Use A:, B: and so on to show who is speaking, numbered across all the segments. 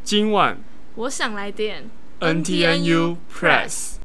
A: 今晚
B: 我想来点
A: NTNU Press。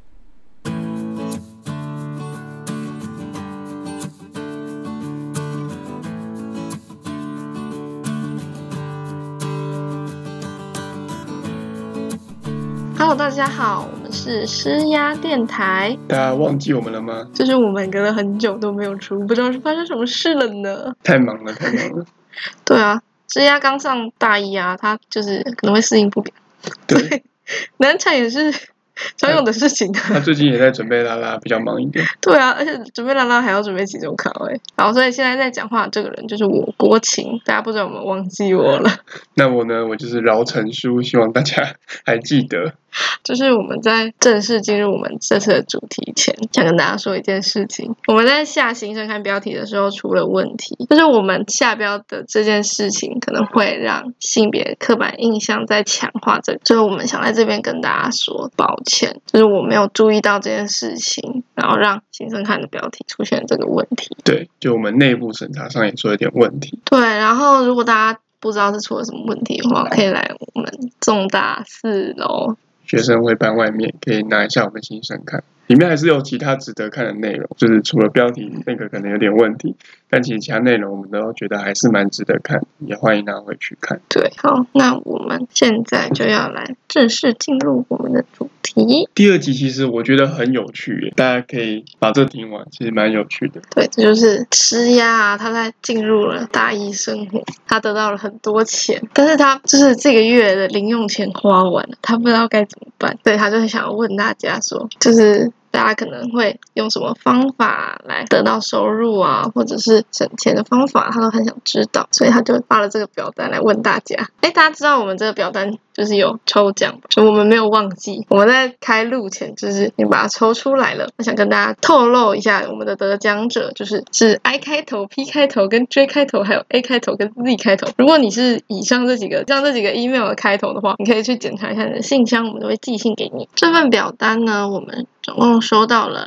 B: Hello， 大家好，我们是施压电台。
A: 大家忘记我们了吗？
B: 就是我们隔了很久都没有出，不知道是发生什么事了呢？
A: 太忙了。
B: 对啊，施压刚上大一啊，他就是可能会适应不良。
A: 对，
B: 难产也是常有的事情的。
A: 他最近也在准备拉拉，比较忙一点。
B: 对啊，而且准备拉拉还要准备期中考好，所以现在在讲话的这个人就是我国情，大家不知道有没有忘记我了？
A: 那我呢，我就是饶成书，希望大家还记得。
B: 就是我们在正式进入我们这次的主题前，想跟大家说一件事情。我们在下新生看标题的时候出了问题，就是我们下标的这件事情可能会让性别刻板印象在强化着，所以我们想在这边跟大家说抱歉，就是我没有注意到这件事情，然后让新生看的标题出现这个问题。
A: 对，就我们内部审查上也出了点问题。
B: 对，然后如果大家不知道是出了什么问题的话，可以来我们重大4楼
A: 学生会班外面可以拿一下我们新生看，里面还是有其他值得看的内容，就是除了标题那个可能有点问题，但其实其他内容我们都觉得还是蛮值得看，也欢迎拿回去看。
B: 对，好，那我们现在就要来正式进入我们的主题。
A: 第2集其实我觉得很有趣耶，大家可以把这听完，其实蛮有趣的。
B: 对，这就是施压啊，他在进入了大一生活，他得到了很多钱，但是他就是这个月的零用钱花完了，他不知道该怎么办，所以他就很想要问大家说，就是大家可能会用什么方法来得到收入啊，或者是省钱的方法，他都很想知道，所以他就发了这个表单来问大家。大家知道我们这个表单就是有抽奖吧？就我们没有忘记，我们在开录前就是已经把它抽出来了。我想跟大家透露一下，我们的得奖者是 I 开头、P 开头跟 J 开头，还有 A 开头跟 Z 开头。如果你是以上这几个 email 的开头的话，你可以去检查一下你的信箱，我们都会寄信给你。这份表单呢，我们总共收到了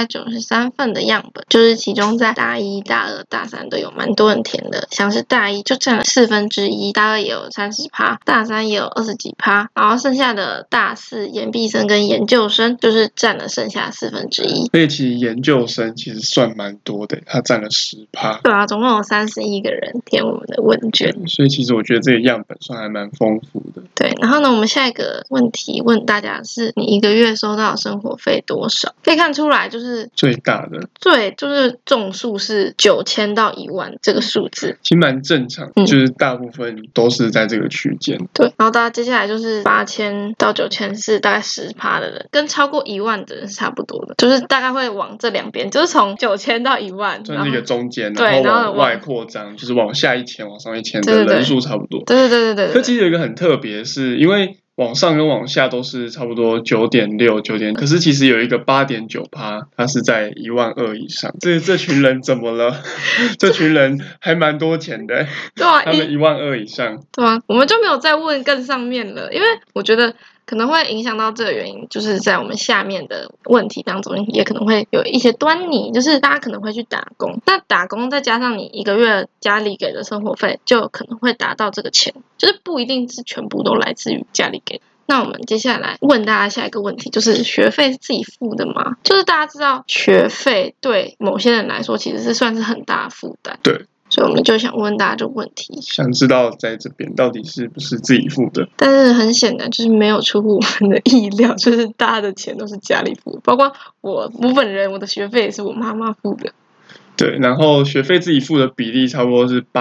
B: 293份的样本，就是其中在大1、大2、大3都有蛮多人填的，像是大1就占了1/4，大2也有30%，大3也有20几%，然后剩下的大4研毕生跟研究生就是占了剩下1/4。
A: 所以其实研究生其实算蛮多的，他占了10%。
B: 对啊，总共有31个人填我们的问卷，
A: 所以其实我觉得这个样本算还蛮丰富的。
B: 对，然后呢，我们下一个问题问大家是：你一个月收到的生活费多少？可以看出来，就是
A: 最大的，
B: 对，就是总数是9000到1万这个数字，
A: 其实蛮正常，就是大部分都是在这个区间。
B: 对，然后大家接下来就是8000到9000是大概10%的人，跟超过1万的人是差不多的，就是大概会往这两边，就是从9000到1万，
A: 算是一个中间，
B: 对，
A: 然后往外扩张，就是往下1000、往上1000的人数差不多。
B: 对。
A: 可其实有一个很特别，是因为往上跟往下都是差不多9.6、9.，可是其实有一个8.9%，它是在12000以上。这群人怎么了？这群人还蛮多钱的，
B: 对啊，
A: 他们12000以上。
B: 对啊，我们就没有再问更上面了，因为我觉得可能会影响到这个原因，就是在我们下面的问题当中，也可能会有一些端倪，就是大家可能会去打工，那打工再加上你一个月家里给的生活费，就可能会达到这个钱，就是不一定是全部都来自于家里给的。那我们接下来问大家下一个问题，就是学费是自己付的吗？就是大家知道学费对某些人来说其实是算是很大的负担，
A: 对。
B: 所以我们就想问大家这个问题，
A: 想知道在这边到底是不是自己付的？
B: 但是很显然就是没有出乎我们的意料，就是大家的钱都是家里付的，包括我本人，我的学费也是我妈妈付的。
A: 对，然后学费自己付的比例差不多是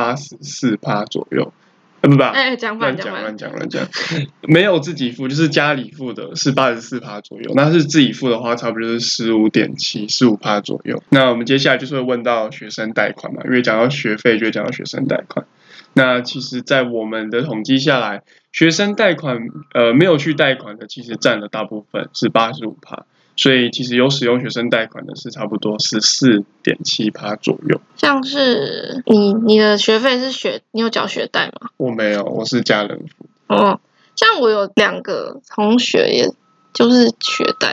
A: 84%左右。不，乱讲，没有自己付，就是家里付的是84%左右。那是自己付的话，差不多就是15.7、15%左右。那我们接下来就是会问到学生贷款嘛，因为讲到学费就会讲到学生贷款。那其实，在我们的统计下来，学生贷款没有去贷款的，其实占了大部分是85%。所以其实有使用学生贷款的是差不多14.7%左右。
B: 像是你的学费是你有缴学贷吗？
A: 我没有，我是家人付。
B: 像我有2个同学，也就是学贷，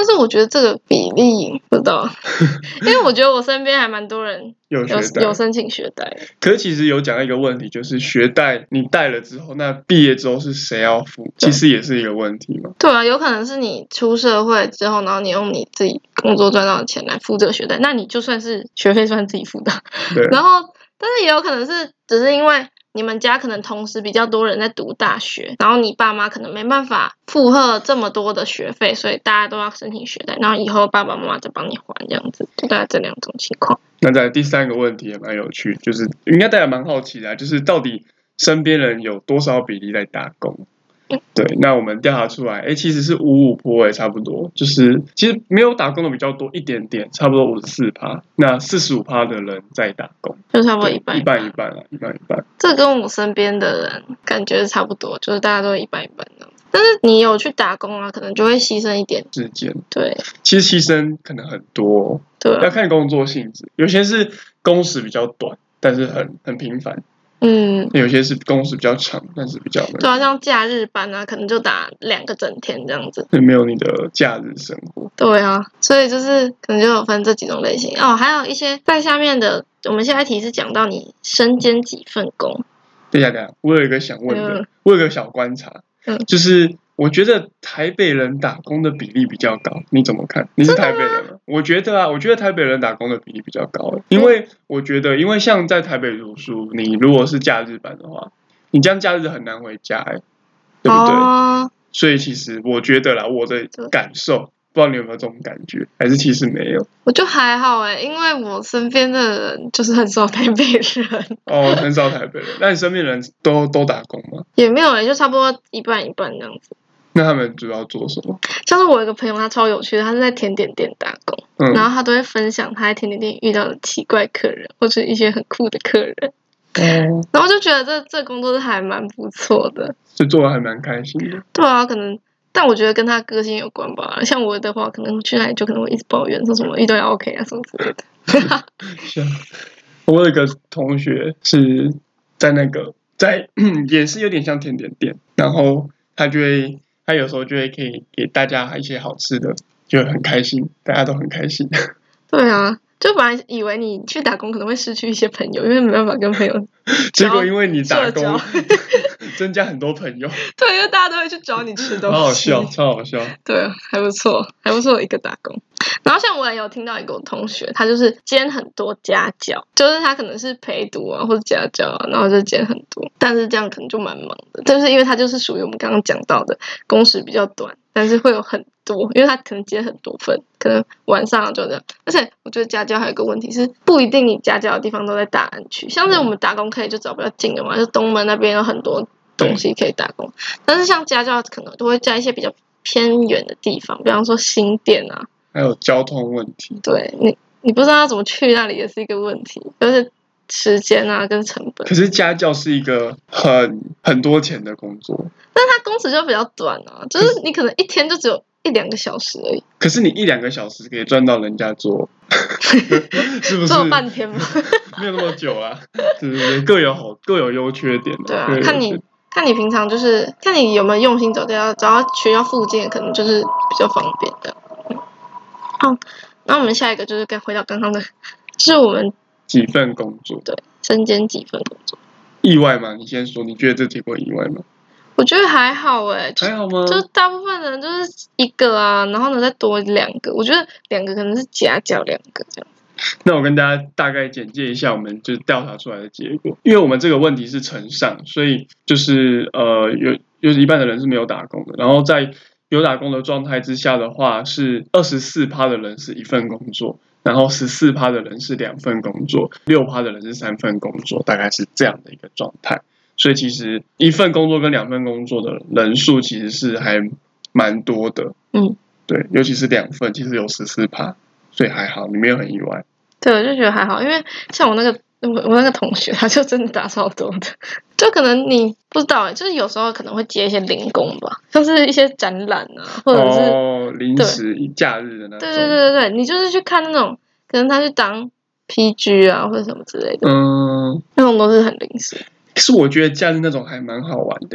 B: 但是我觉得这个比例不知道，因为我觉得我身边还蛮多人有申请学贷。
A: 可是其实有讲到一个问题，就是学贷你贷了之后，那毕业之后是谁要付？其实也是一个问题嘛。
B: 对啊，有可能是你出社会之后，然后你用你自己工作赚到的钱来付这个学贷，那你就算是学费算自己付的。
A: 对。
B: 然后，但是也有可能是只是因为你们家可能同时比较多人在读大学，然后你爸妈可能没办法负荷这么多的学费，所以大家都要申请学贷，然后以后爸爸妈妈再帮你还，这样子，就大概这两种情况。
A: 那在第三个问题也蛮有趣，就是应该大家蛮好奇的，就是到底身边人有多少比例在打工？对，那我们调查出来，其实是55%，差不多，就是其实没有打工的比较多一点点，差不多54%，那45%的人在打工，
B: 就差不多一半
A: 一半啦，一半。
B: 这跟我身边的人感觉差不多，就是大家都一半这样子。但是你有去打工啊，可能就会牺牲一点
A: 时间。
B: 对，
A: 其实牺牲可能很多，
B: 对，
A: 要看工作性质，有些是工时比较短，但是很频繁。有些是工时比较长，但是比较
B: 对啊，像假日班啊，可能就打2个整天这样子，
A: 没有你的假日生活。
B: 对啊，所以就是可能就有分这几种类型哦，还有一些在下面的，我们下一题是讲到你身兼几份工。
A: 对呀，我有一个想问的，我有个小观察，就是我觉得台北人打工的比例比较高，你怎么看？你是台北人吗？我觉得台北人打工的比例比较高，因为我觉得，因为像在台北读书，你如果是假日班的话，你这样假日很难回家，对不对？所以其实我觉得啦，我的感受。不知道你有没有这种感觉，还是其实没有？
B: 我就还好因为我身边的人就是很少台北人。
A: 很少台北人。那你身边人都打工吗？
B: 也没有就差不多一半这样子。
A: 那他们主要做什么？
B: 像是我有一个朋友，他超有趣的，他是在甜点店打工，然后他都会分享他在甜点店遇到的奇怪客人，或者一些很酷的客人。然后就觉得这工作是还蛮不错的，
A: 就做的还蛮开心的。
B: 对啊，可能。但我觉得跟他个性有关吧，像我的话，可能去那里就可能会一直抱怨，说什么遇到要 OK 啊什么之类的。
A: 是啊，我有一个同学是在也是有点像甜点店，然后他有时候就会可以给大家一些好吃的，就很开心，大家都很开心。
B: 对啊。就本来以为你去打工可能会失去一些朋友，因为没办法跟朋友。
A: 结果因为你打工，增加很多朋友。
B: 对，因为大家都会去找你吃东西。
A: 好好笑，超好笑。
B: 对，还不错一个打工。然后像我也有听到一个我同学，他就是兼很多家教，就是他可能是陪读啊或者家教啊，然后就兼很多，但是这样可能就蛮忙的。就是因为他就是属于我们刚刚讲到的工时比较短，但是会有很多，因为他可能接很多份，可能晚上就这样。而且我觉得家教还有一个问题是，不一定你家教的地方都在大安区，像是我们打工可以就找比较近的嘛，就东门那边有很多东西可以打工，但是像家教可能都会在一些比较偏远的地方，比方说新店啊。
A: 还有交通问题，
B: 对你不知道要怎么去那里也是一个问题，就是时间啊跟成本。
A: 可是家教是一个很多钱的工作，
B: 但它工时就比较短啊，就是你可能一天就只有1-2个小时而已。
A: 可是你1-2个小时可以赚到人家做，是不是？
B: 做半天吗？
A: 没有那么久啊，对，各有优缺点。
B: 对啊，看你平常就是看你有没有用心找到学校附近，可能就是比较方便的。好，那我们下一个就是回到刚刚的，就是我们
A: 几份工作，
B: 对，身兼几份工作，
A: 意外吗？你先说，你觉得这题会意外吗？
B: 我觉得还好
A: 还好吗？
B: 就大部分人就是1个啊，然后呢再多2个，我觉得2个可能是家教2个这样子。
A: 那我跟大家大概简介一下我们就调查出来的结果，因为我们这个问题是乘上，所以就是有一半的人是没有打工的，然后在有打工的状态之下的话，是24%的人是1份工作，然后14%的人是2份工作，6%的人是3份工作，大概是这样的一个状态。所以其实1份工作跟2份工作的人数其实是还蛮多的。对，尤其是2份，其实有14%，所以还好，你没有很意外。
B: 对，我就觉得还好，因为像我那个同学，他就真的打超多的，就可能你不知道就是有时候可能会接一些零工吧，像是一些展览啊，或者是
A: 临时假日的那种。
B: 对，你就是去看那种，可能他去当 PG 啊或者什么之类的，那种都是很临时。
A: 可是我觉得假日那种还蛮好玩的。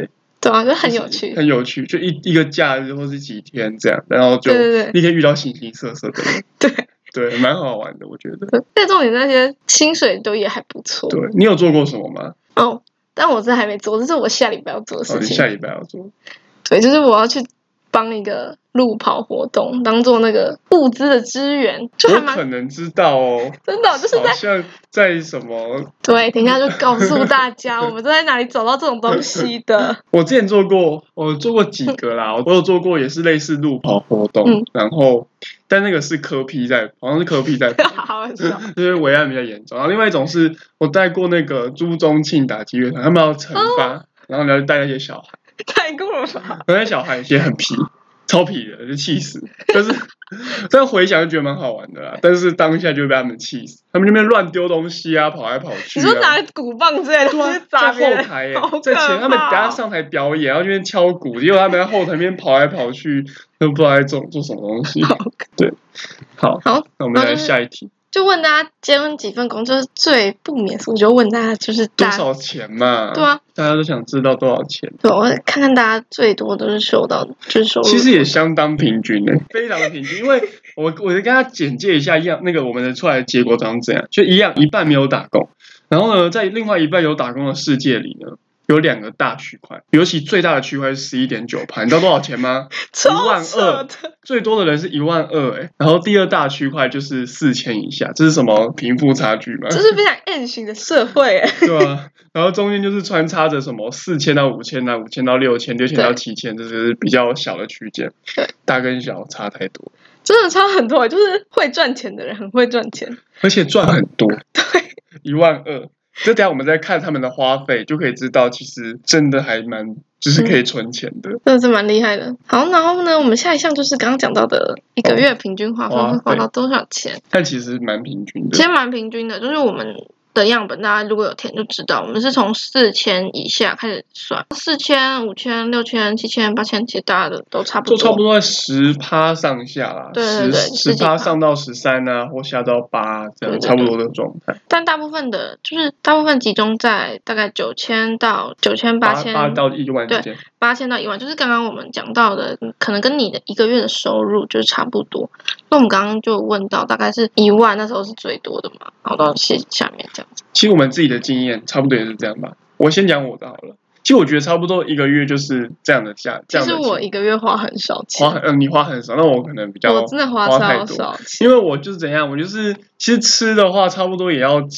B: 对啊，就很有趣，
A: 很有趣，就一个假日或是几天这样，然后就一天遇到形形色色的人，对，蛮好玩的，我觉得。
B: 但重点那些薪水都也还不错。
A: 对，你有做过什么吗？
B: 但我这还没做，这是我下礼拜要做的事情。
A: 你下礼拜要做？
B: 对，就是我要去帮一个路跑活动，当做那个物资的支援，就还蛮
A: 可能知道哦。
B: 真的就是
A: 好像在什么？
B: 对，等一下就告诉大家，我们在哪里找到这种东西的。
A: 我之前做过，我做过几个啦，我有做过也是类似路跑活动，然后但那个是科批在，好像是科批在跑，就是危害比较严重。然后另外一种是我带过那个朱宗庆打击乐团，他们要惩罚，然后你要带那些小孩。
B: 太过了吧！
A: 那些小孩也很皮，超皮的，就气死。但是这样回想就觉得蛮好玩的啦。但是当下就会被他们气死，他们那边乱丢东西啊，跑来跑去。
B: 你说拿鼓棒之类的东西砸别人？
A: 在后台在前他们等下上台表演，然后这边敲鼓，结果他们在后台那边跑来跑去，都不知道在做什么东西。对，好，那我们来下一题。
B: 就问大家结婚几份工作是最不免俗，就问大家就是
A: 多少钱嘛？
B: 对啊，
A: 大家都想知道多少钱。
B: 对，我看看大家最多都是收到，就是收入。
A: 其实也相当平均的，非常的平均。因为我跟他简介一下那个我们的出来的结果长怎样，就一样，一半没有打工，然后呢，在另外一半有打工的世界里呢。有2个大区块，尤其最大的区块是11.9%，你知道多少钱吗？12000，最多的人是12000然后第二大区块就是4000以下，这是什么贫富差距吗？
B: 这是非常 M 型的社会
A: 对啊，然后中间就是穿插着什么4000到5000啊，5000到6000，6000到7000，这是比较小的区间，大跟小差太多，
B: 真的差很多，就是会赚钱的人很会赚钱，
A: 而且赚很多，
B: 对
A: ，12000。这等下我们再看他们的花费，就可以知道其实真的还蛮，就是可以存钱的，
B: 真的是蛮厉害的。好，然后呢，我们下一项就是刚刚讲到的1个月平均花费会花到多少钱？
A: 但其实蛮平均的，
B: 其实蛮平均的，就是我们的样本，大家如果有填就知道，我们是从4000以下开始算，4000、5000、6000、7000、8000，其实大家的都差不多，
A: 就差不多在10%上下啦，
B: 对
A: 10%上到13啊，或下到8这样，差不多的状态。
B: 但大部分集中在大概9000到9000、8000
A: 到1万之间，
B: 对，8000到1万，就是刚刚我们讲到的，可能跟你的1个月的收入就是差不多。那我们刚刚就问到，大概是1万，那时候是最多的嘛，然后到下面这样子。
A: 其实我们自己的经验差不多也是这样吧。我先讲我的好了。其实我觉得差不多1个月就是这样的价。
B: 其实我1个月花很少钱。
A: 你花很少，那我可能比较
B: 我真的花超少钱。
A: 因为我就是怎样，我就是其实吃的话差不多也要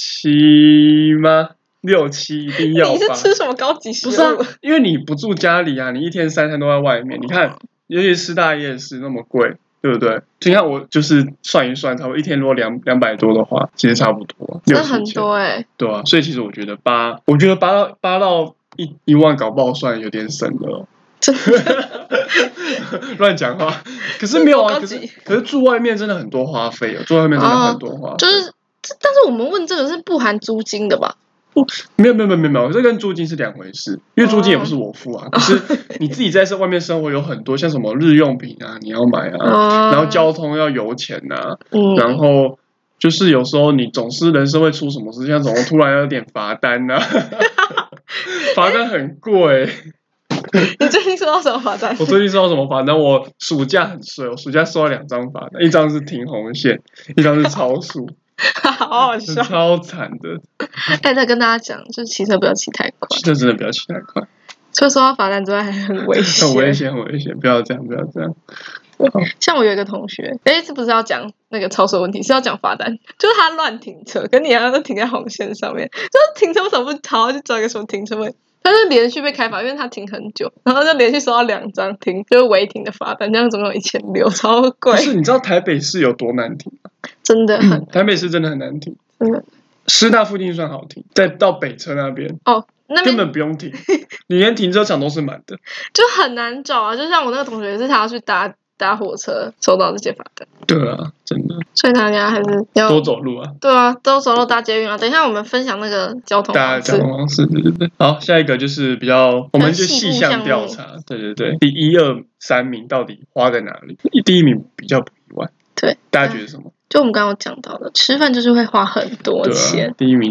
A: 7吗？6、7一定要吧。
B: 你是吃什么高级食物？
A: 不是啊，因为你不住家里啊，你1天3餐都在外面。你看，尤其师大夜市那么贵。对不对？你看我就是算一算，差不多1天如果200多的话，其实差不多，
B: 真的很多
A: 对啊，所以其实我觉得8到1万搞不好算有点省了。
B: 真的
A: 乱讲话，可是没有啊，可是住外面真的很多花费哦，住外面真的很多花费。
B: 就是，但是我们问这个是不含租金的吧？
A: 没有，这跟租金是2回事，因为租金也不是我付啊，可是你自己在外面生活有很多像什么日用品啊，你要买啊，然后交通要油钱啊，然后就是有时候你总是人生会出什么事，像什么突然有点罚单啊，罚单很贵。
B: 你最近收到什么罚单？
A: 我最近收到什么罚单？我暑假很衰，我暑假收到2张罚单，一张是停红线，一张是超速。
B: 好好笑，
A: 超惨的。
B: 再跟大家讲，就是骑车不要骑太快。
A: 骑车真的不要骑太快。
B: 除了收到罚单之外，还很危险。
A: 很危险，不要这样。
B: 像我有一个同学，这不是要讲那个超速问题，是要讲罚单，就是他乱停车，跟你都停在红线上面，就是停车为什么不好好去找一个什么停车位？他是连续被开罚，因为他停很久，然后就连续收到2张就是违停的罚单，这样总共1600，超贵。
A: 不是，你知道台北市有多难停吗？
B: 真的很，
A: 台北市真的很难停。师大附近算好停，再到北车那边那根本不用停，你连停车场都是满的，
B: 就很难找啊。就像我那个同学是他要去搭火车收到这些罚单。
A: 对啊，真的。
B: 所以大家还是要
A: 多走路啊。
B: 对啊，多走路搭捷运啊。等一下我们分享那个交通方式。
A: 对。好，下一个就是我们就细项调查。对。第1、2、3名到底花在哪里？第1名比较不意外。
B: 对。
A: 大家觉得什么？
B: 就我们刚刚讲到的，吃饭就是会花很多钱。
A: 第1名就是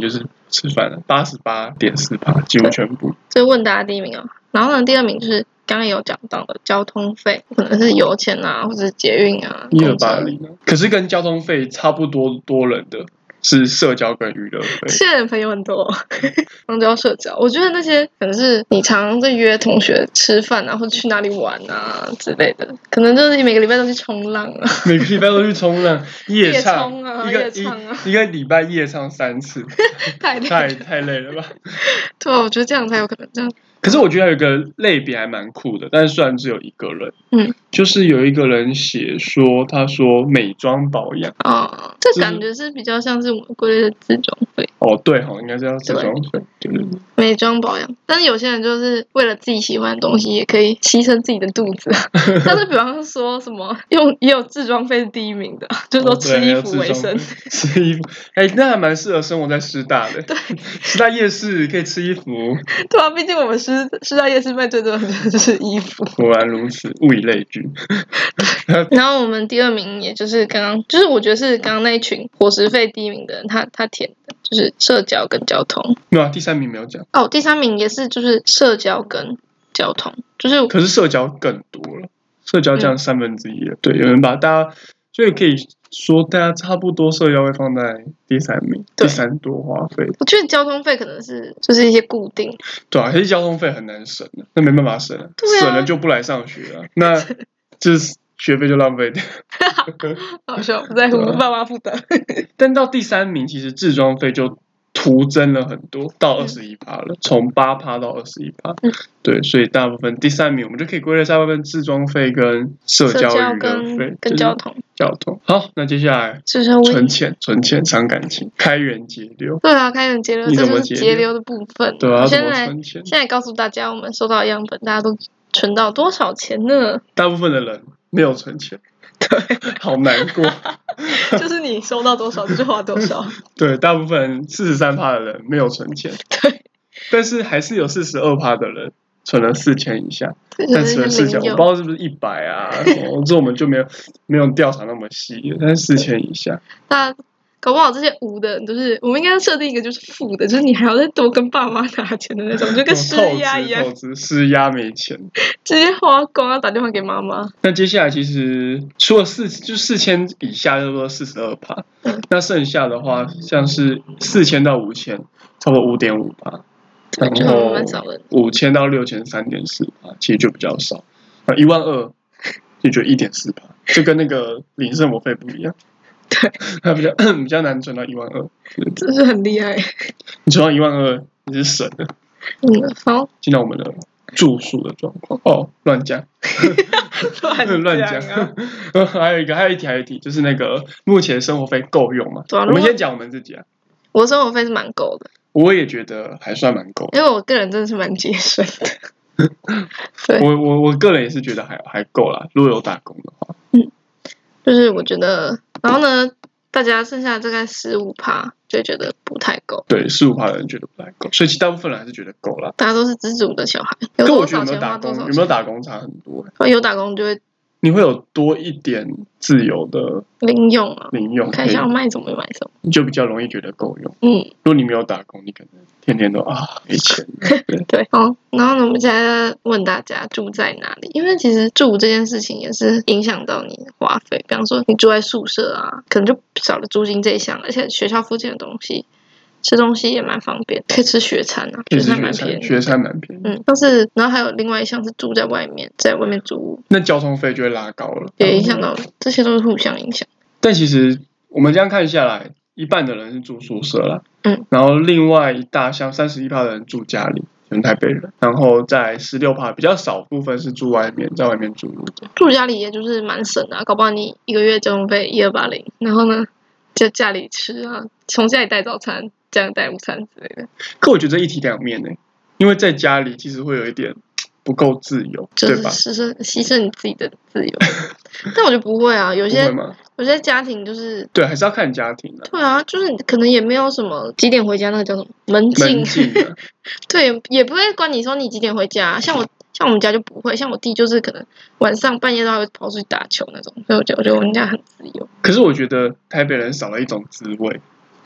A: 吃饭了，88.4%，几乎全部。
B: 这是问答第一名哦。然后呢，第二名就是刚刚有讲到的交通费，可能是油钱啊，或者是捷运啊。
A: 1280啊，可是跟交通费差不多人的是社交跟娱乐费。
B: 现在的朋友很多，常交社交。我觉得那些可能是你常常在约同学吃饭啊，或者去哪里玩啊之类的，可能就是每个礼拜都去冲浪啊，
A: 每个礼拜都去冲浪，夜
B: 唱啊，
A: 一个礼拜夜唱3次，太累了吧？
B: 对啊，我觉得这样才有可能这样。
A: 可是我觉得有一个类别还蛮酷的，但是虽然只有一个人，就是有一个人写说，他说美妆保养
B: 哦，这感觉是比较像是我们归类的自装费。
A: 哦，对哦，应该是要自装费，对。
B: 美妆保养，但是有些人就是为了自己喜欢的东西，也可以牺牲自己的肚子。但是比方说什么也有自装费是第一名的，就是说吃衣服为生。
A: 吃衣服，那还蛮适合生活在师大的。
B: 对，
A: 师大夜市可以吃衣服。
B: 对啊，毕竟我们师大夜市卖最多的就是衣服。
A: 果然如此，物以类聚。
B: 然后我们第二名，也就是刚刚，就是我觉得是刚刚那一群伙食费第一名的人，他填的就是社交跟交通。
A: 没有啊，第三名没有讲。
B: 哦，第三名也是就是社交跟交通，就是
A: 可是社交更多了，社交占1/3了。对，有人把大家，所以可以说大家差不多社交会放在第三名，第3多花费。
B: 我觉得交通费可能是就是一些固定。
A: 对啊，可是交通费很难省的，那没办法省了，省了就不来上学了，那就是学费就浪费掉。
B: 好笑，不在乎爸妈负担。
A: 但到第3名，其实自装费就徒增了很多，到21%了，从8%到21%。对，所以大部分第3名我们就可以归类大部分自装费跟社交娱乐费
B: 跟交通。
A: 好，那接下来存钱伤感情，开源节流。
B: 对啊，开源节流，这就是节流的部分。
A: 对啊，怎么存钱？
B: 现在告诉大家，我们收到的样本，大家都存到多少钱呢？
A: 大部分的人没有存钱。对，好难过。
B: 就是你收到多少就花多少。
A: 对，大部分43%的人没有存钱。
B: 对，
A: 但是还是有42%的人存了4000以下，但存了4000，我不知道是不是100啊，这我们就没有调查那么细，但是4000以下。
B: 那搞不好这些无的，就是我们应该设定一个就是负的，就是你还要再多跟爸妈拿钱的那种，就跟施压一样。
A: 透支施压没钱，
B: 直接花光，要打电话给妈妈。
A: 那接下来其实除了4000以下，差不多42%。那剩下的话，像是4000到5000，差不多5.5%。然后5000到60003.4%，其实就比较少。12000就觉得1.4%，就跟那个领生活费不一样。
B: 对，
A: 它比较难存到12000，
B: 真是很厉害。
A: 你存到12000，你是省的。
B: 好，
A: 进到我们的住宿的状况。哦，乱讲，乱讲。还有一题，就是那个目前生活费够用吗？我们先讲我们自己啊。
B: 我生活费是蛮够的。
A: 我也觉得还算蛮够，
B: 因为我个人真的是蛮节省的。对，
A: 我个人也是觉得还够啦，如果有打工的话。
B: 就是我觉得，然后呢，大家剩下大概15%就觉得不太够。
A: 对，15%的人觉得不太够，所以其实大部分人还是觉得够啦。
B: 大家都是资助的小孩，
A: 跟我觉得有没有打工差很多。
B: 有打工就会。
A: 你会有多一点自由的
B: 零用啊，
A: 看
B: 想买什么就买什么，
A: 你就比较容易觉得够用。如果你没有打工，你可能天天都没钱。
B: 对，好，然后呢，我们现在问大家住在哪里，因为其实住这件事情也是影响到你的花费。比方说你住在宿舍啊，可能就少了租金这一项，而且学校附近的东西。吃东西也蛮方便，可以吃学餐啊，学餐蛮便宜。
A: 学餐蛮便宜。
B: 但是然后还有另外一项是住在外面，在外面租屋，
A: 那交通费就会拉高了，
B: 也影响到了，这些都是互相影响。
A: 但其实我们这样看下来，一半的人是住宿舍啦，然后另外一大项31%的人住家里，全台北人，然后在16%比较少部分是住外面，在外面住屋的。
B: 住家里也就是蛮省的，搞不好你一个月交通费1280，然后呢在家里吃啊，从家里带早餐。这样带午餐之类的，
A: 可我觉得这一体两面呢，因为在家里其实会有一点不够自由，
B: 就是
A: 对吧？
B: 牺牲你自己的自由。但我觉得不会啊，有些家庭就是
A: 对，还是要看家庭的。
B: 对啊，就是可能也没有什么几点回家，那个叫什么门禁。对，也不会管你说你几点回家。像我们家就不会，像我弟就是可能晚上半夜都还会跑出去打球那种，所以我觉得我们家很自由。
A: 可是我觉得台北人少了一种滋味。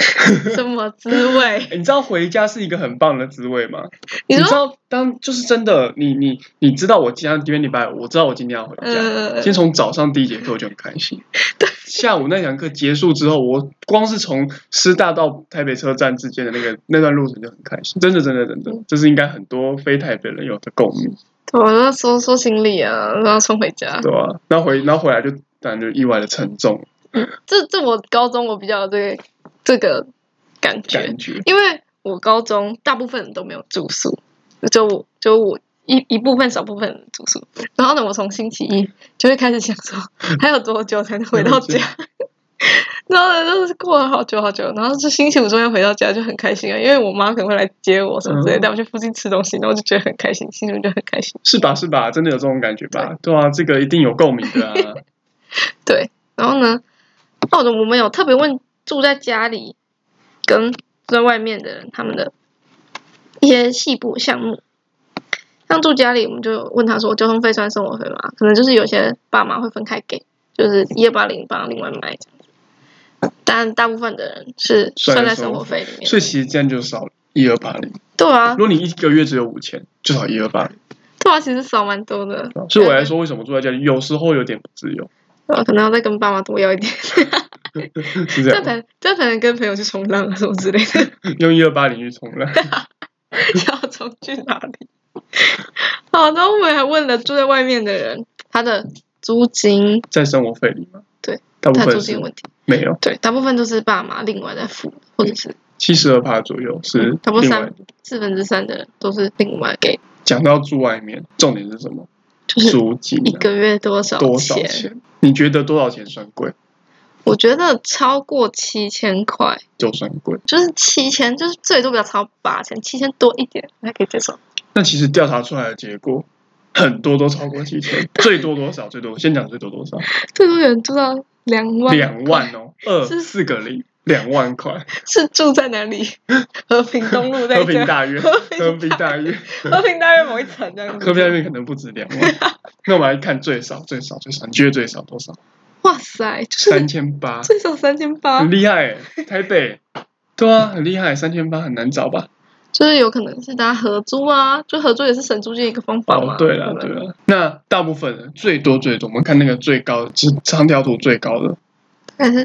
B: 什么滋味？
A: 你知道回家是一个很棒的滋味吗？
B: 你
A: 知道就是真的，你知道我今天礼拜五，我知道我今天要回家，先从早上第一节课我就很开心。下午那堂课结束之后，我光是从师大到台北车站之间的那段路程就很开心，真的，这是应该很多非台北人有的共鸣。
B: 对，我要收行李啊，然后冲回家。
A: 对啊，然后回来就当然就意外的沉重。
B: 这我高中我比较有这个感觉，因为我高中大部分人都没有住宿，就我一部分少部分人住宿。然后呢，我从星期一就会开始想说，还有多久才能回到家？然后呢，就是过了好久，然后就星期五终于回到家，就很开心啊，因为我妈可能会来接我什么之类的，带我去附近吃东西，然后我就觉得很开心，心情就很开心。
A: 是吧？真的有这种感觉吧？对啊，这个一定有共鸣的啊。
B: 对，然后呢，我们有特别问住在家里跟住在外面的人他们的一些细部项目。像住家里，我们就问他说，交通费算生活费吗？可能就是有些爸妈会分开给，就是1280帮另外买这样子。但大部分的人是算在生活费里面，
A: 所以其实这样就少1280。
B: 对啊，
A: 如果你一个月只有5000，就少1280。
B: 对啊，其实少蛮多的。
A: 所以我来说，为什么住在家里有时候有点不自由？
B: 可能要再跟爸妈多要一点。
A: 是这样，
B: 这样才能跟朋友去冲浪什么之类的。
A: 用1280去冲浪，
B: 要冲去哪里？好，然后我们还问了住在外面的人，他的租金
A: 在生活费里吗？
B: 对，
A: 大部分
B: 他租金问题
A: 没有。
B: 对，大部分都是爸妈另外在付，或者是
A: 72%左右是
B: 差不多3/4的人都是另外给。
A: 讲到住外面，重点是什么？
B: 就是
A: 租金
B: 一个月多少钱？
A: 你觉得多少钱算贵？
B: 我觉得超过7000块
A: 就算贵，
B: 就是7000，就是最多不要超8000，7000多一点还可以接受。
A: 那其实调查出来的结果，很多都超过7000，最多多少？先讲最多多少？
B: 最多有人住到2万。
A: 2万哦，4个零，2万块。
B: 是住在哪里？和平东路在
A: 和平大院，和平大
B: 院某一层这样子。
A: 和平大院可能不止2万。那我们来看最少，你觉得最少多少？
B: 哇塞，就是
A: 3800，
B: 最少3800，
A: 很厉害哎！台北，对啊，很厉害，3800很难找吧？
B: 就是有可能是大家合租啊，就合租也是省租金一个方法嘛。
A: 对了。那大部分人最多，我们看那个最高，就是长条图最高的，
B: 大概是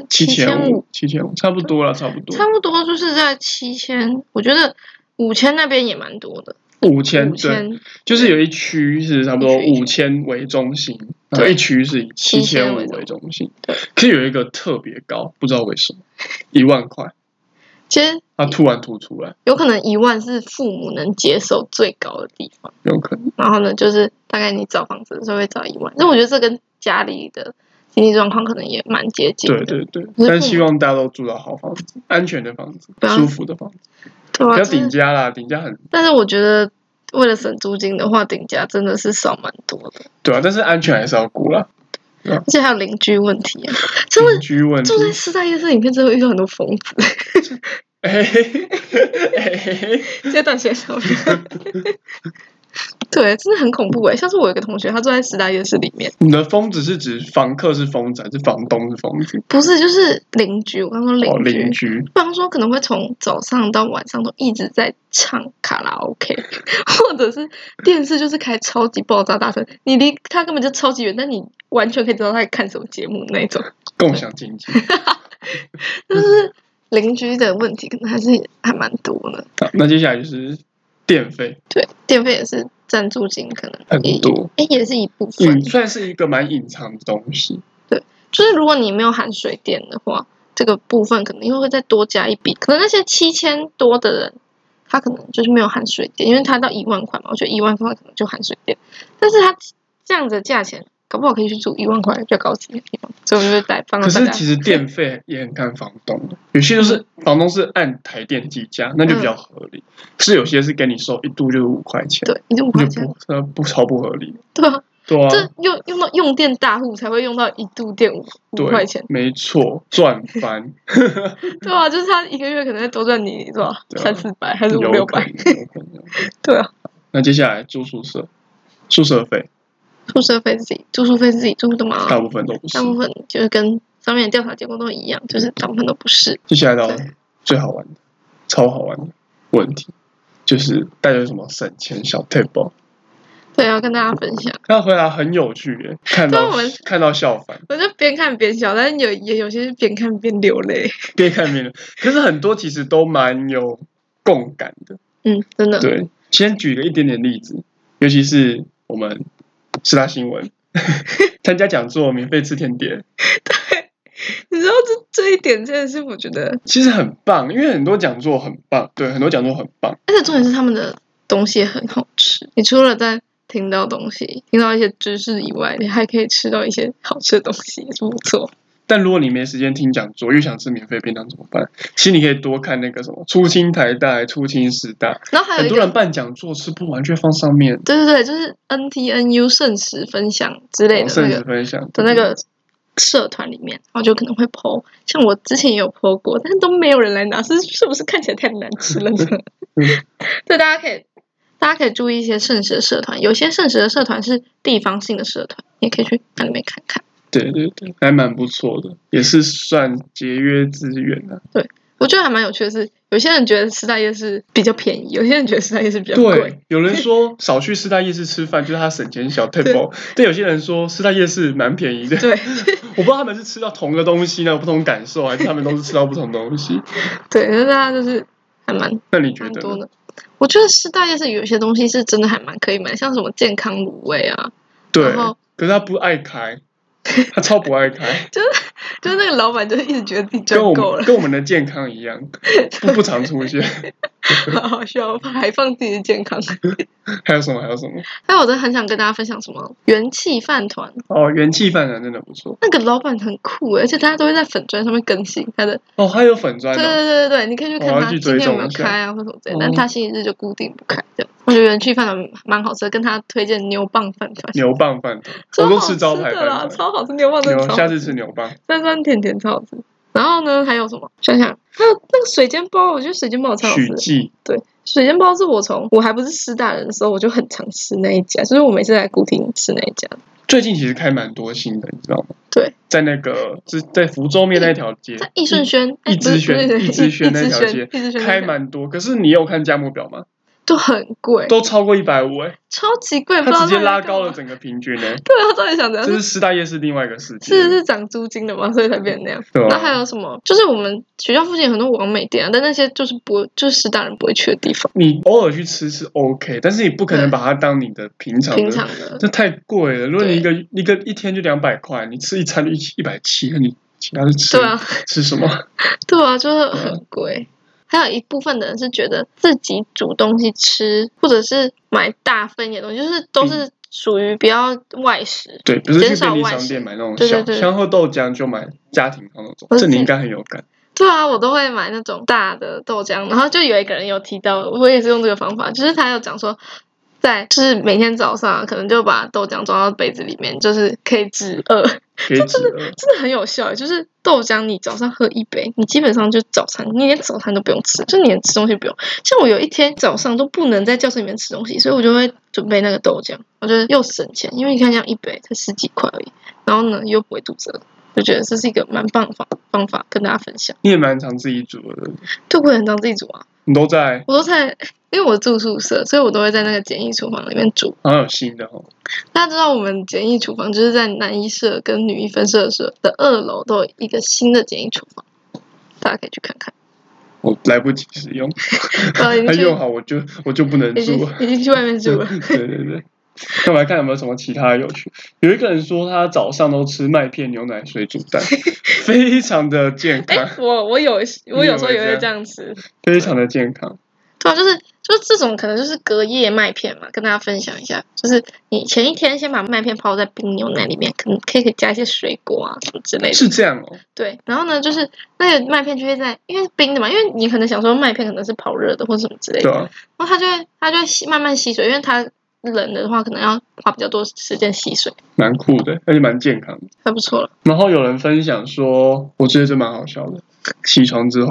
A: 7500，差不多了，差不多
B: 就是在7000，我觉得5000那边也蛮多的。
A: 5000，对，就是有一区是差不多5000为中心，然后一区是以7500为中心。对，可是有一个特别高，不知道为什么，1万块。
B: 其实
A: 它突然吐出来，
B: 有可能1万是父母能接受最高的地方，
A: 有可能。
B: 然后呢，就是大概你找房子的时候会找1万，那我觉得这跟家里的经济状况可能也蛮接近的。
A: 对，但希望大家都住到好房子，安全的房子，舒服的房子。
B: 对啊，
A: 不要顶家啦，顶家很。
B: 但是我觉得为了省租金的话，顶家真的是少蛮多的。
A: 对啊，但是安全还是要顾啦。
B: 而且还有邻居问题啊，
A: 邻居问题。
B: 住在师大夜市里面，真的会遇到很多疯子。阶段性手对，真的很恐怖哎！像是我有一个同学，他住在师大夜市里面。
A: 你的疯子是指房客是疯子，还是房东是疯子？
B: 不是，就是邻居。我刚说
A: 邻居，
B: 比方说可能会从早上到晚上都一直在唱卡拉 OK， 或者是电视就是开超级爆炸大声，你离他根本就超级远，但你完全可以知道他在看什么节目那种。
A: 共享经济。
B: 就是邻居的问题，可能还蛮多的。
A: 好，那接下来就是电费。
B: 对，电费也是占租金可能
A: 很多，
B: 也是一部分，
A: 算是一个蛮隐藏的东西。
B: 对，就是如果你没有含水电的话，这个部分可能又会再多加一笔。可能那些7000多的人，他可能就是没有含水电，因为他到1万块嘛，我觉得1万块可能就含水电，但是他这样的价钱，搞不好可以去住1万块比较高级的地方，所以我就会帮大家。
A: 可是其实电费也很看房东的，有些就是房东是按台电计价，那就比较合理。是有些是给你收1度就是5块钱，
B: 对，就5块钱，
A: 超不合理。
B: 对啊，
A: 这
B: 用到用电大户才会用到1度电5块钱，
A: 没错，赚翻。
B: 对啊，就是他一个月可能会多赚你多少300-400还是500-600，对啊。
A: 那接下来住宿舍，宿舍费。
B: 宿舍费自己住的吗？
A: 大部分都不是，
B: 大部分就是跟上面的调查结果都一样，就是大部分都不是。
A: 接下来到最好玩的、超好玩的问题，就是大家有什么省钱小 table。
B: 对，要跟大家分享。
A: 他回答很有趣耶，看到笑翻。
B: 我就边看边笑，但是有些是边看边流泪。
A: 边看边流，可是很多其实都蛮有共感的。
B: 真的。
A: 对，先举个一点点例子，尤其是我们师大新闻参加讲座免费吃甜点。
B: 对，你知道这一点真的是我觉得
A: 其实很棒，因为很多讲座很棒，对，很多讲座很棒，
B: 而且重点是他们的东西也很好吃。你除了在听到东西、听到一些知识以外，你还可以吃到一些好吃的东西，也是不错。
A: 但如果你没时间听讲座，又想吃免费便当怎么办？其实你可以多看那个什么初清台大、初清师大，
B: 然后还有
A: 很多人办讲座吃不完，就会放上面。
B: 对，就是 NTNU 剩食分享之类的
A: 剩食分享
B: 的那个社团里面，然后就可能会 po， 像我之前也有 po 过，但是都没有人来拿，是不是看起来太难吃了呢？对，大家可以注意一些剩食的社团，有些剩食的社团是地方性的社团，你也可以去那里面看看。
A: 对，还蛮不错的，也是算节约资源啊。
B: 对，我觉得还蛮有趣的是，有些人觉得师大夜市比较便宜，有些人觉得师大夜市比较贵。
A: 对，有人说少去师大夜市吃饭就是他省钱小 table， 但有些人说师大夜市蛮便宜的。
B: 对，
A: 我不知道他们是吃到同个东西呢，有不同感受，还是他们都是吃到不同东西。
B: 对，那大家就是还蛮……
A: 那你觉得
B: 多的？我觉得师大夜市有些东西是真的还蛮可以买，像什么健康卤味啊。
A: 对，可是他不爱开。他超不爱开，
B: 就是那个老板就一直觉得自己赚够了，
A: 跟我们的健康一样，不常出现。
B: 好好笑，还放自己的健康。
A: 还有什么？还
B: 有我真的很想跟大家分享什么元气饭团。
A: 元气饭团真的不错。
B: 那个老板很酷，而且大家都会在粉专上面更新他的。
A: 他有粉专。
B: 对，你可以去看他今天有没有开啊，或什么之类的。但他星期日就固定不开这样。我觉得元气饭团蛮好吃的，跟他推荐牛蒡饭团。
A: 牛蒡饭团，我都吃招牌饭团，
B: 超好吃，牛蒡真的超好吃。
A: 下次吃牛蒡，
B: 酸酸甜甜超好吃。然后呢，还有什么？想想还有那个水煎包，我觉得水煎包超好吃。
A: 许记。
B: 对，水煎包是我还不是师大人的时候，我就很常吃那一家，就是我每次来固定吃那一家。
A: 最近其实开蛮多新的，你知道吗？
B: 对，
A: 在那个在福州面那条街，
B: 在益顺轩、
A: 益之轩那条街开蛮多。可是你有看价目表吗？
B: 都很贵，
A: 都超过150
B: 超级贵，
A: 他直接拉高了整个平均
B: 对啊，到底想怎样？
A: 这是师大夜市另外一个世界，
B: 是涨租金的嘛，所以才变成那样。
A: 对啊。
B: 然后还有什么？就是我们学校附近有很多网美店啊，但那些就是就是师大人不会去的地方。
A: 你偶尔去吃是 OK， 但是你不可能把它当你的平常的，这太贵了。如果你一天就200块，你吃一餐就170，那你其他是吃什么？
B: 对啊，就是很贵。还有一部分的人是觉得自己煮东西吃，或者是买大分野的东西，就是都是属于比较外食。
A: 对，不是去便利商店买那种香喝豆浆，就买家庭那种。这你应该很有感。
B: 对啊，我都会买那种大的豆浆。然后就有一个人有提到，我也是用这个方法，就是他有讲说，就是每天早上可能就把豆浆装到杯子里面，就是可以止饿。真的很有效，就是豆浆你早上喝1杯，你基本上就早餐，你连早餐都不用吃，就你连吃东西不用。像我有一天早上都不能在教室里面吃东西，所以我就会准备那个豆浆，我觉得又省钱，因为你看这样1杯才10几块而已，然后呢又不会肚子饿，就觉得这是一个蛮棒的方法跟大家分享。
A: 你也蛮常自己煮的。
B: 对，我很常自己煮啊。
A: 我都在，
B: 因为我住宿舍，所以我都会在那个简易厨房里面煮。
A: 好有心的哦。
B: 大家知道我们简易厨房就是在男一舍跟女一分社的2楼都有一个新的简易厨房，大家可以去看看。
A: 我来不及使用，他用好我就不能住了，
B: 已经去外面住了。
A: 对。那我来看有没有什么其他的有趣。有一个人说他早上都吃麦片、牛奶、水煮蛋，非常的健康。
B: 我有时候也会这样吃，
A: 非常的健康。
B: 对啊，就是这种可能就是隔夜麦片嘛，跟大家分享一下。就是你前一天先把麦片泡在冰牛奶里面，可以加一些水果啊什么之类的。
A: 是这样哦。
B: 对，然后呢，就是那个麦片就会因为是冰的嘛，因为你可能想说麦片可能是跑热的或什么之类的，
A: 对啊。
B: 然后它就会慢慢吸水，因为它冷的话可能要花比较多时间吸水。
A: 蛮酷的，而且蛮健康的，
B: 还不错了。
A: 然后有人分享说，我觉得这蛮好笑的，起床之后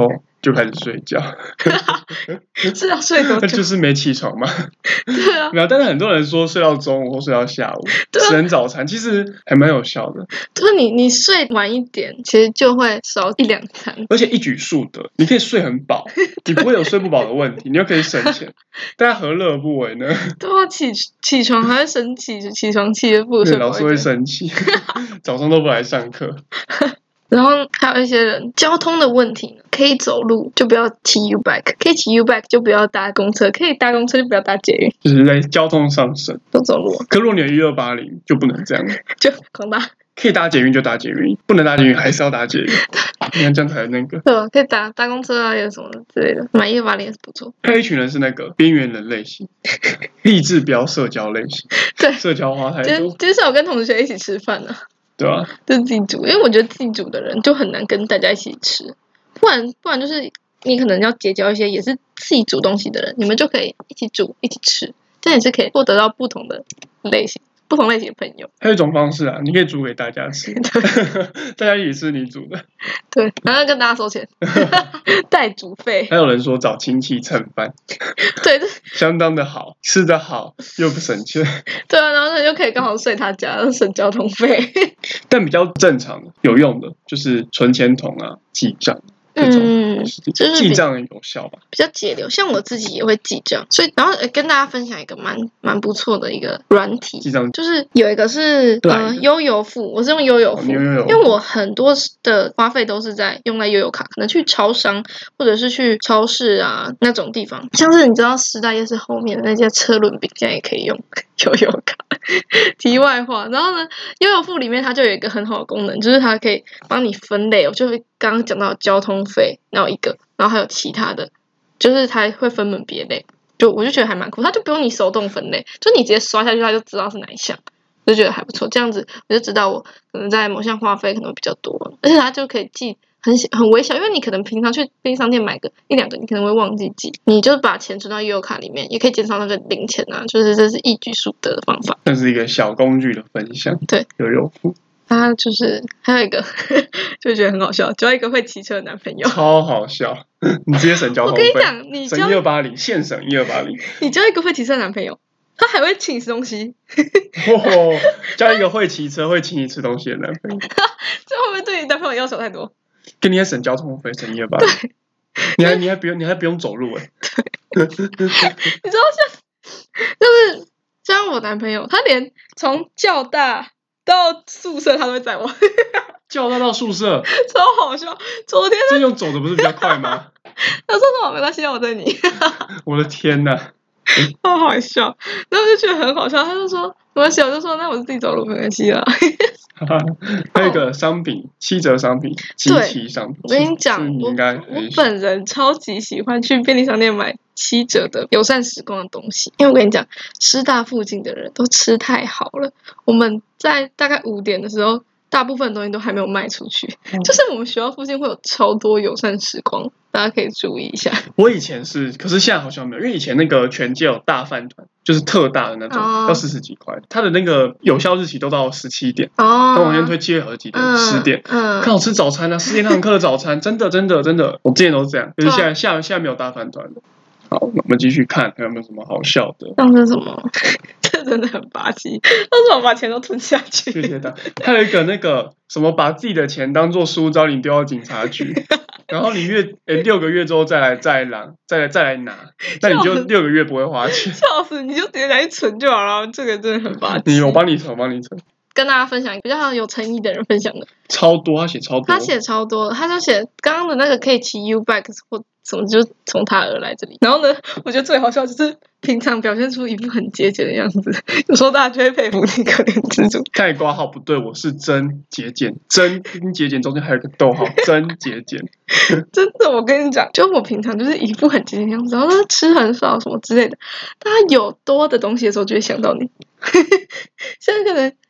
A: 就开始睡觉。
B: 是要睡多久？
A: 就是没起床嘛。
B: 对啊，
A: 没有，但是很多人说睡到中午或睡到下午吃完早餐，其实还蛮有效的。
B: 就是你睡晚一点，其实就会少1-2餐，
A: 而且一举数得，你可以睡很饱，你不会有睡不饱的问题，你又可以省钱，大家何乐而不为呢？
B: 对啊，起床还会生气，起床气就不睡饱一点。
A: 老师会生气，早上都不来上课。
B: 然后还有一些人交通的问题呢，可以走路就不要骑 U-Bike， 可以骑 U-Bike 就不要搭公车，可以搭公车就不要搭捷运，
A: 就是在交通上省
B: 都走路。
A: 可如果你有1280就不能这样，
B: 就狂搭。
A: 可以搭捷运就搭捷运，不能搭捷运还是要搭捷运。你看这样才那个。
B: 对，可以搭公车啊，有什么之类的。买180也是不错。
A: 还有一群人是那个边缘人类型，励志不要社交类型。
B: 对，
A: 社交花太多。
B: 今天是我跟同学一起吃饭啊。
A: 对啊，
B: 就是自己煮，因为我觉得自己煮的人就很难跟大家一起吃，不然就是你可能要结交一些也是自己煮东西的人，你们就可以一起煮一起吃，这样也是可以获得到不同类型的朋友。
A: 还有一种方式啊，你可以煮给大家吃，大家一起吃你煮的，
B: 对，然后跟大家收钱，代煮费。
A: 还有人说找亲戚蹭饭，
B: 对，
A: 相当的好，吃得好又不省钱。
B: 对啊，然后他就可以刚好睡他家，省交通费。
A: 但比较正常的、有用的，就是存钱筒啊、记账。就是记账有效吧，
B: 比较节流。像我自己也会记账，所以然后跟大家分享一个蛮不错的一个软体记账，就是有一个是悠游付，我是用悠游付，因为我很多的花费都是在用在悠游卡，可能去超商或者是去超市啊那种地方，像是你知道时代夜市后面的那些车轮饼，现在也可以用悠游卡。题外话，然后呢，悠游付里面它就有一个很好的功能，就是它可以帮你分类。我就刚刚讲到交通费，然后然后还有其他的，就是它会分门别类。我就觉得还蛮酷，它就不用你手动分类，就你直接刷下去，它就知道是哪一项，我就觉得还不错。这样子我就知道我可能在某项花费可能比较多，而且它就可以记很微小，因为你可能平常去便利商店买个1-2个，你可能会忘记记，你就把钱存到悠游卡里面，也可以减少那个零钱啊，就是这是一举数得的方法。
A: 这是一个小工具的分享，
B: 对，
A: 悠游付。
B: 他就是还有一个就觉得很好笑，交一个会骑车的男朋友，
A: 超好笑。你直接省交通费，
B: 我跟你讲，你
A: 省1280，现省1280。
B: 你交一个会骑车的男朋友，他还会请你吃东西。
A: 交一个会骑车、会请你吃东西的男朋友，
B: 这会不会对你男朋友要求太多？
A: 跟你也省交通费，省1280。你还不用走路哎。
B: 对，你知道就是像我男朋友，他连从教大到宿舍他都会载我。
A: 叫他到宿舍，
B: 超好笑。昨天
A: 这用走的不是比较快吗？
B: 他说什么没关系，我载你。
A: 我的天哪，
B: 超好笑。然后就觉得很好笑，他就说没关系，我就说那我自己走路没关系啦。
A: 还有一个商品，7折商品，集齐商品。
B: 我跟你讲，我本人超级喜欢去便利商店买7折的友善时光的东西，因为我跟你讲，师大附近的人都吃太好了。我们在大概5点的时候，大部分东西都还没有卖出去，就是我们学校附近会有超多友善时光，大家可以注意一下。
A: 我以前是，可是现在好像没有，因为以前那个全街有大饭团，就是特大的那种，要40几块，它的那个有效日期都到17点，那往前推7月和几点？10点，刚好吃早餐啊，10点上课的早餐，真的，我之前都是这样，就是现在没有大饭团了。好，我们继续看还有没有什么好笑的。
B: 像是什么？这真的很霸气，为什么把钱都吞下去？
A: 谢谢他。还有一个那个什么，把自己的钱当做书招领丢到警察局，然后你6个月之后再来拿，那你就6个月不会花钱。
B: 笑死，你就直接拿去存就好了。这个真的很霸气。
A: 我帮你存。
B: 跟大家分享一个比较有诚意的人分享的，
A: 超多，他写超多，
B: 他就写刚刚的那个可以骑 U-Bike 或什么，就从他而来这里。然后呢，我觉得最好笑就是平常表现出一副很节俭的样子，有时候大家就会佩服你可怜之主。
A: 盖括号不对，我是真节俭，真跟节俭中间还有个逗号，真节俭。
B: 真的，我跟你讲，就我平常就是一副很节俭的样子，然后吃很少什么之类的，但他有多的东西的时候就会想到你。现在可能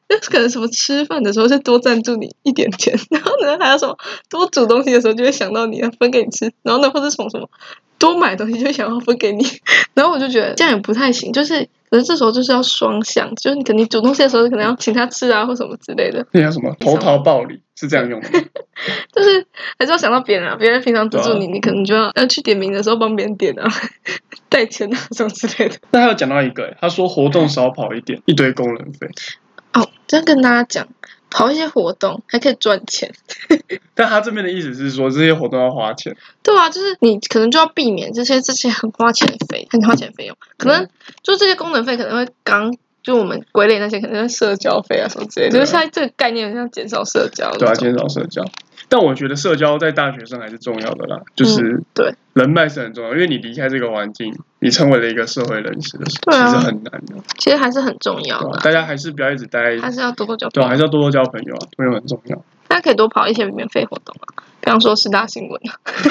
B: 可能什么吃饭的时候就多赞助你一点钱，然后呢还有什么多煮东西的时候就会想到你分给你吃，然后呢或者什么多买东西就想要分给你，然后我就觉得这样也不太行，就是可是这时候就是要双向，就是你可能煮东西的时候可能要请他吃啊或什么之类的。
A: 那叫什么投桃报李是这样用的吗？
B: 就是还是要想到别人啊，别人平常资助你，你可能就要去点名的时候帮别人点啊，带钱啊什么之类的。
A: 那他有讲到一个，他说活动少跑一点，一堆工人费。
B: 哦，这样跟大家讲。跑一些活动还可以赚钱，
A: 但他这边的意思是说这些活动要花钱。
B: 对啊，就是你可能就要避免这些很花钱的费用，可能就这些功能费可能会就我们归类那些可能是社交费啊什么之类的，就是现在这个概念像减少社交。
A: 对啊，减少社交。但我觉得社交在大学生还是重要的啦，就是
B: 对
A: 人脉是很重要，因为你离开这个环境，你成为了一个社会人士的时候，其实很难的。
B: 其实还是很重要的，
A: 大家还是不要一直待，
B: 还是要多交朋友。
A: 对，还是要多交朋友啊，朋友很重要。
B: 大家可以多跑一些免费活动啊，比方说4大新闻啊。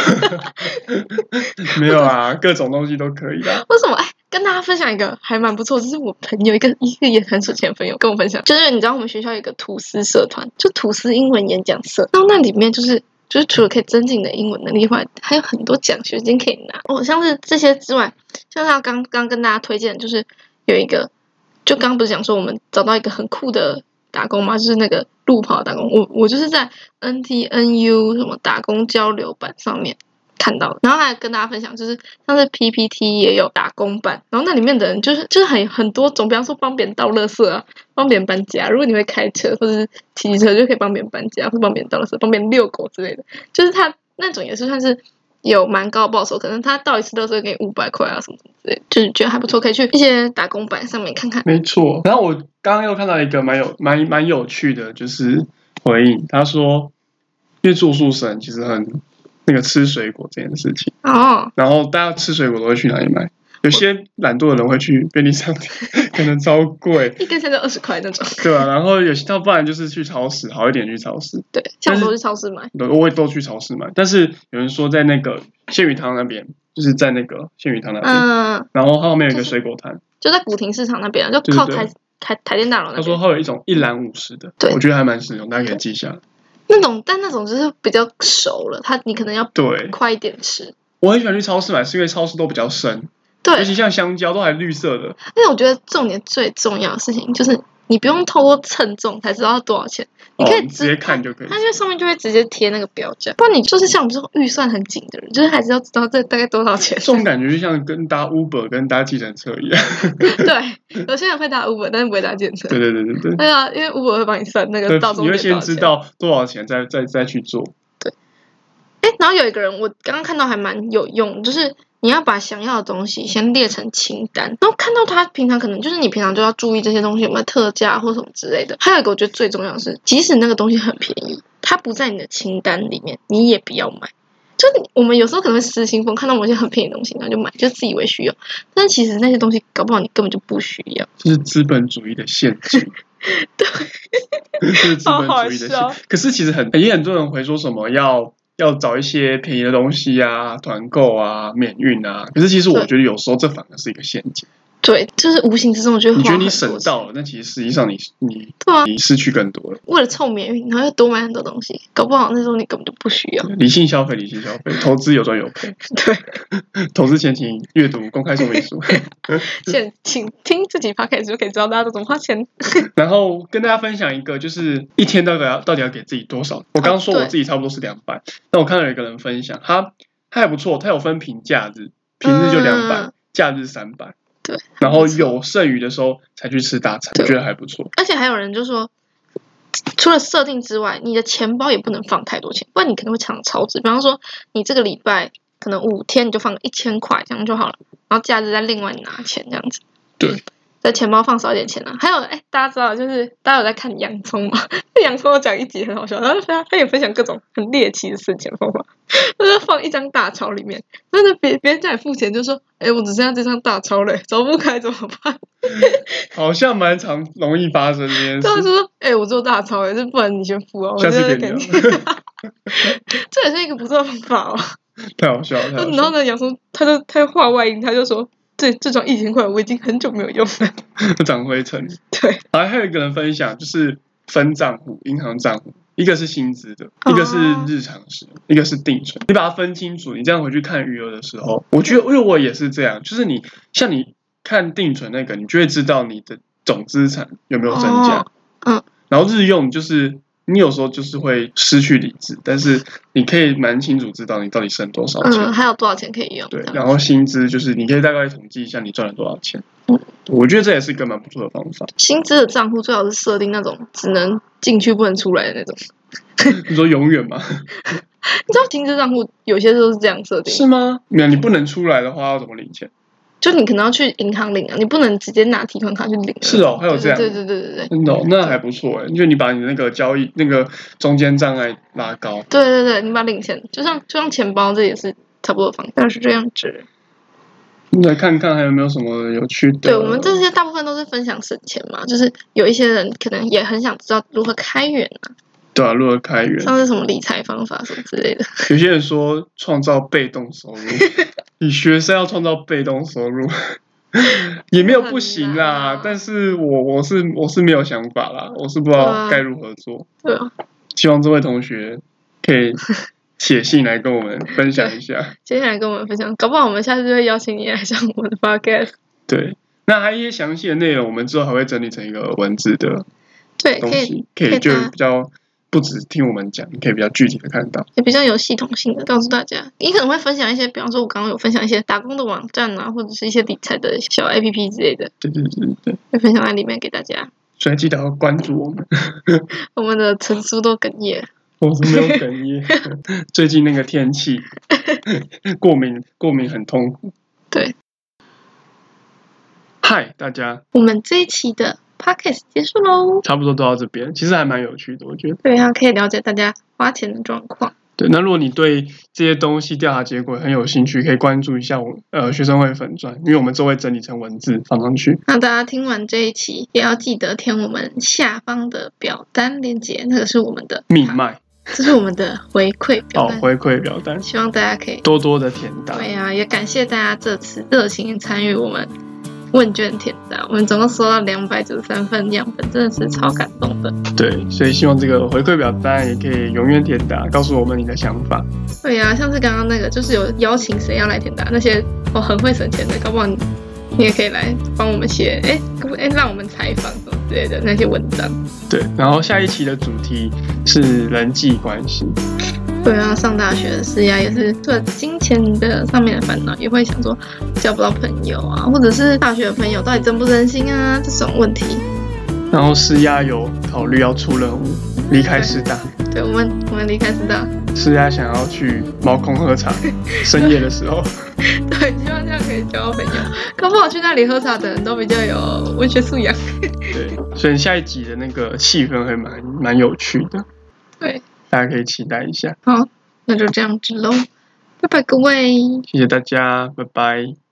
A: 没有啊，各种东西都可以的。
B: 为什么？跟大家分享一个还蛮不错，就是我朋友一个也很省钱的朋友跟我分享，就是你知道我们学校有一个吐司社团，就吐司英文演讲社，然后那里面就是除了可以增进你的英文能力外，还有很多奖学金可以拿哦。像是这些之外，像他刚跟大家推荐，就是有一个，就刚不是讲说我们找到一个很酷的打工吗？就是那个路跑打工，我就是在 NTNU 什么打工交流版上面看到的，然后还跟大家分享，就是像是 PPT 也有打工版，然后那里面的人就是很多种，比方说帮别人倒垃圾啊，帮别人搬家，如果你会开车或者是骑车，就可以帮别人搬家，或帮别人倒垃圾，帮别人遛狗之类的，就是他那种也是算是有蛮高的报酬，可能他倒一次垃圾给你500块啊什么之类的，就是觉得还不错，可以去一些打工版上面看看。
A: 没错，然后我刚刚又看到一个蛮有趣的，就是回应，他说，因为住宿生其实很那个吃水果这件事情哦，然后大家吃水果都会去哪里买？有些懒惰的人会去便利商店，可能超贵，
B: 一根才就20块那种。
A: 对啊，然后有些不然就是去超市，好一点去超市。
B: 对，像我都去超市买。
A: 我也都去超市买，但是有人说在那个鲜鱼汤那边，就是在那个鲜鱼汤那边，然后后面有一个水果摊，
B: 就在古亭市场那边，就靠台电大楼那边。
A: 他说会有一种1篮50的，我觉得还蛮实用，大家可以记下来。
B: 但那种就是比较熟了，你可能要快一点吃。
A: 我很喜欢去超市买，是因为超市都比较深。对，尤其像香蕉都还绿色的。
B: 因为我觉得重点最重要的事情就是你不用透过称重才知道多少钱，你可以
A: 直接看就可以。
B: 它在上面就会直接贴那个标价，不然你就是像我们这种预算很紧的人，就是还是要知道这大概多少钱。
A: 这种感觉就像跟搭 Uber 跟搭计程车一样。
B: 对，有些人会搭 Uber，但是不会搭计程车。
A: 对。
B: 对啊，因为 Uber 会帮你算那个到终点多少钱。
A: 你会先知道多少钱，再去做。
B: 对。然后有一个人我刚刚看到还蛮有用，就是你要把想要的东西先列成清单，然后看到他平常可能就是你平常就要注意这些东西有没有特价或什么之类的。还有一个我觉得最重要的是，即使那个东西很便宜，它不在你的清单里面，你也不要买。就我们有时候可能会失心疯，看到某些很便宜的东西，然后就买，就自以为需要，但其实那些东西搞不好你根本就不需要。
A: 这是资本主义的陷阱。
B: 对，
A: 这是资本主义的陷阱。可是其实很多人会说什么要找一些便宜的东西啊，团购啊，免运啊。可是其实我觉得有时候这反而是一个陷阱。
B: 对，就是无形之中就会花很多钱。
A: 你觉得你省到了，但其实实际上你失去更多了。
B: 为了凑免运，然后又多买很多东西，搞不好那时候你根本就不需要。
A: 理性消费，投资有赚有赔。对，投资前请阅读公开说明书。
B: 请听这集 podcast 就可以知道大家都怎么花钱。
A: 然后跟大家分享一个，就是一天到底要给自己多少？我刚刚说我自己差不多是200，但我看到有一个人分享，他还不错，他有分平假日，平日就200，假日300。
B: 对，
A: 然后有剩余的时候才去吃大餐，我觉得还不错。
B: 而且还有人就说，除了设定之外，你的钱包也不能放太多钱，不然你可能会常常超支。比方说，你这个礼拜可能5天你就放1000块，这样就好了，然后假日再另外拿钱这样子。
A: 对，
B: 在钱包放少一点钱啊。还有，大家知道就是大家有在看洋葱吗？洋葱我讲一集很好笑，然后他也分享各种很猎奇的省钱方法。就是放一张大钞里面，真的别人叫你付钱就说，我只剩下这张大钞了，找不开怎么办？
A: 好像蛮容易发生这件事。
B: 他就说，我只有大钞，就不然你先付啊，我
A: 下次给你。
B: 这也是一个不错的方法哦。
A: 太好笑了。
B: 然后呢，洋葱他就画外音，他就说， 这张1000块我已经很久没有用了，
A: 长灰尘。
B: 对，
A: 还有一个人分享就是分账户，银行账户，一个是薪资的，一个是日常使用，一个是定存。你把它分清楚，你这样回去看余额的时候，我觉得因为我也是这样，就是你看定存那个，你就会知道你的总资产有没有增加。然后日用就是你有时候就是会失去理智，但是你可以蛮清楚知道你到底剩多少钱，
B: 还有多少钱可以用。
A: 对，然后薪资就是你可以大概统计一下你赚了多少钱。我觉得这也是一个蛮不错的方法。
B: 薪资的账户最好是设定那种只能进去不能出来的那种。
A: 你说永远吗？
B: 你知道薪资账户有些都是这样设定，
A: 是吗？没有，你不能出来的话要怎么领钱？
B: 就你可能要去银行领啊，你不能直接拿提款卡去领。
A: 是哦，还有这样。
B: 对。
A: 真的那还不错哎，因为你把你那个交易那个中间障碍拉高。
B: 对，你把领钱就像钱包，这也是差不多的方式，是这样子。
A: 来看看还有没有什么有趣的。
B: 对，我们这些大部分都是分享省钱嘛，就是有一些人可能也很想知道如何开源啊。
A: 对啊，如何开源？
B: 像是什么理财方法什么之类的。
A: 有些人说创造被动收入，你学生要创造被动收入也没有不行啦，但是我是没有想法啦，我是不知道该如何做。
B: 对啊，
A: 希望这位同学可以写信来跟我们分享一下。
B: 接下来跟我们分享，搞不好我们下次就会邀请你来上我们的 podcast。
A: 对，那还有一些详细的内容，我们之后还会整理成一个文字的东西，可以就比较不只听我们讲，你可以比较具体的看到，
B: 也比较有系统性的告诉大家。你可能会分享一些，比方说我刚刚有分享一些打工的网站啊，或者是一些理财的小 APP 之类的。对，会分享在里面给大家。
A: 所以记得要关注我们。
B: 我们的陈叔都哽咽。
A: 我是没有哽咽，最近那个天气过敏很痛苦。
B: 对，
A: 嗨，大家，
B: 我们这一期的 podcast 结束喽，
A: 差不多都到这边，其实还蛮有趣的，我觉得。
B: 对啊，可以了解大家花钱的状况。
A: 对，那如果你对这些东西调查结果很有兴趣，可以关注一下学生会粉专，因为我们都会整理成文字放上去。
B: 那大家听完这一期，也要记得填我们下方的表单链接，那个是我们的
A: 密码。
B: 这是我们的回馈表单，
A: 回馈表单，
B: 希望大家可以
A: 多多的填答。
B: 对啊，也感谢大家这次热情参与我们问卷填答，我们总共收到293份样本，真的是超感动的。
A: 对，所以希望这个回馈表单也可以永远填答，告诉我们你的想法。
B: 对啊，像是刚刚那个，就是有邀请谁要来填答，那些很会省钱的，搞不好你也可以来帮我们写，让我们采访什么之类的那些文章。对，
A: 然后下一期的主题是人际关系。
B: 对啊，上大学的施压也是对金钱的上面的烦恼，也会想说交不到朋友啊，或者是大学的朋友到底真不真心啊这种问题。
A: 然后施压有考虑要出任务，离开师大。
B: 对，我们离开师大。
A: 施压想要去猫空喝茶，深夜的时候。
B: 对，希望这样可以交到朋友。搞不好去那里喝茶的人都比较有文学素养。
A: 对，所以下一集的那个气氛会蛮有趣的。
B: 对，
A: 大家可以期待一下。
B: 好，那就这样子喽，拜拜各位，
A: 谢谢大家，拜拜。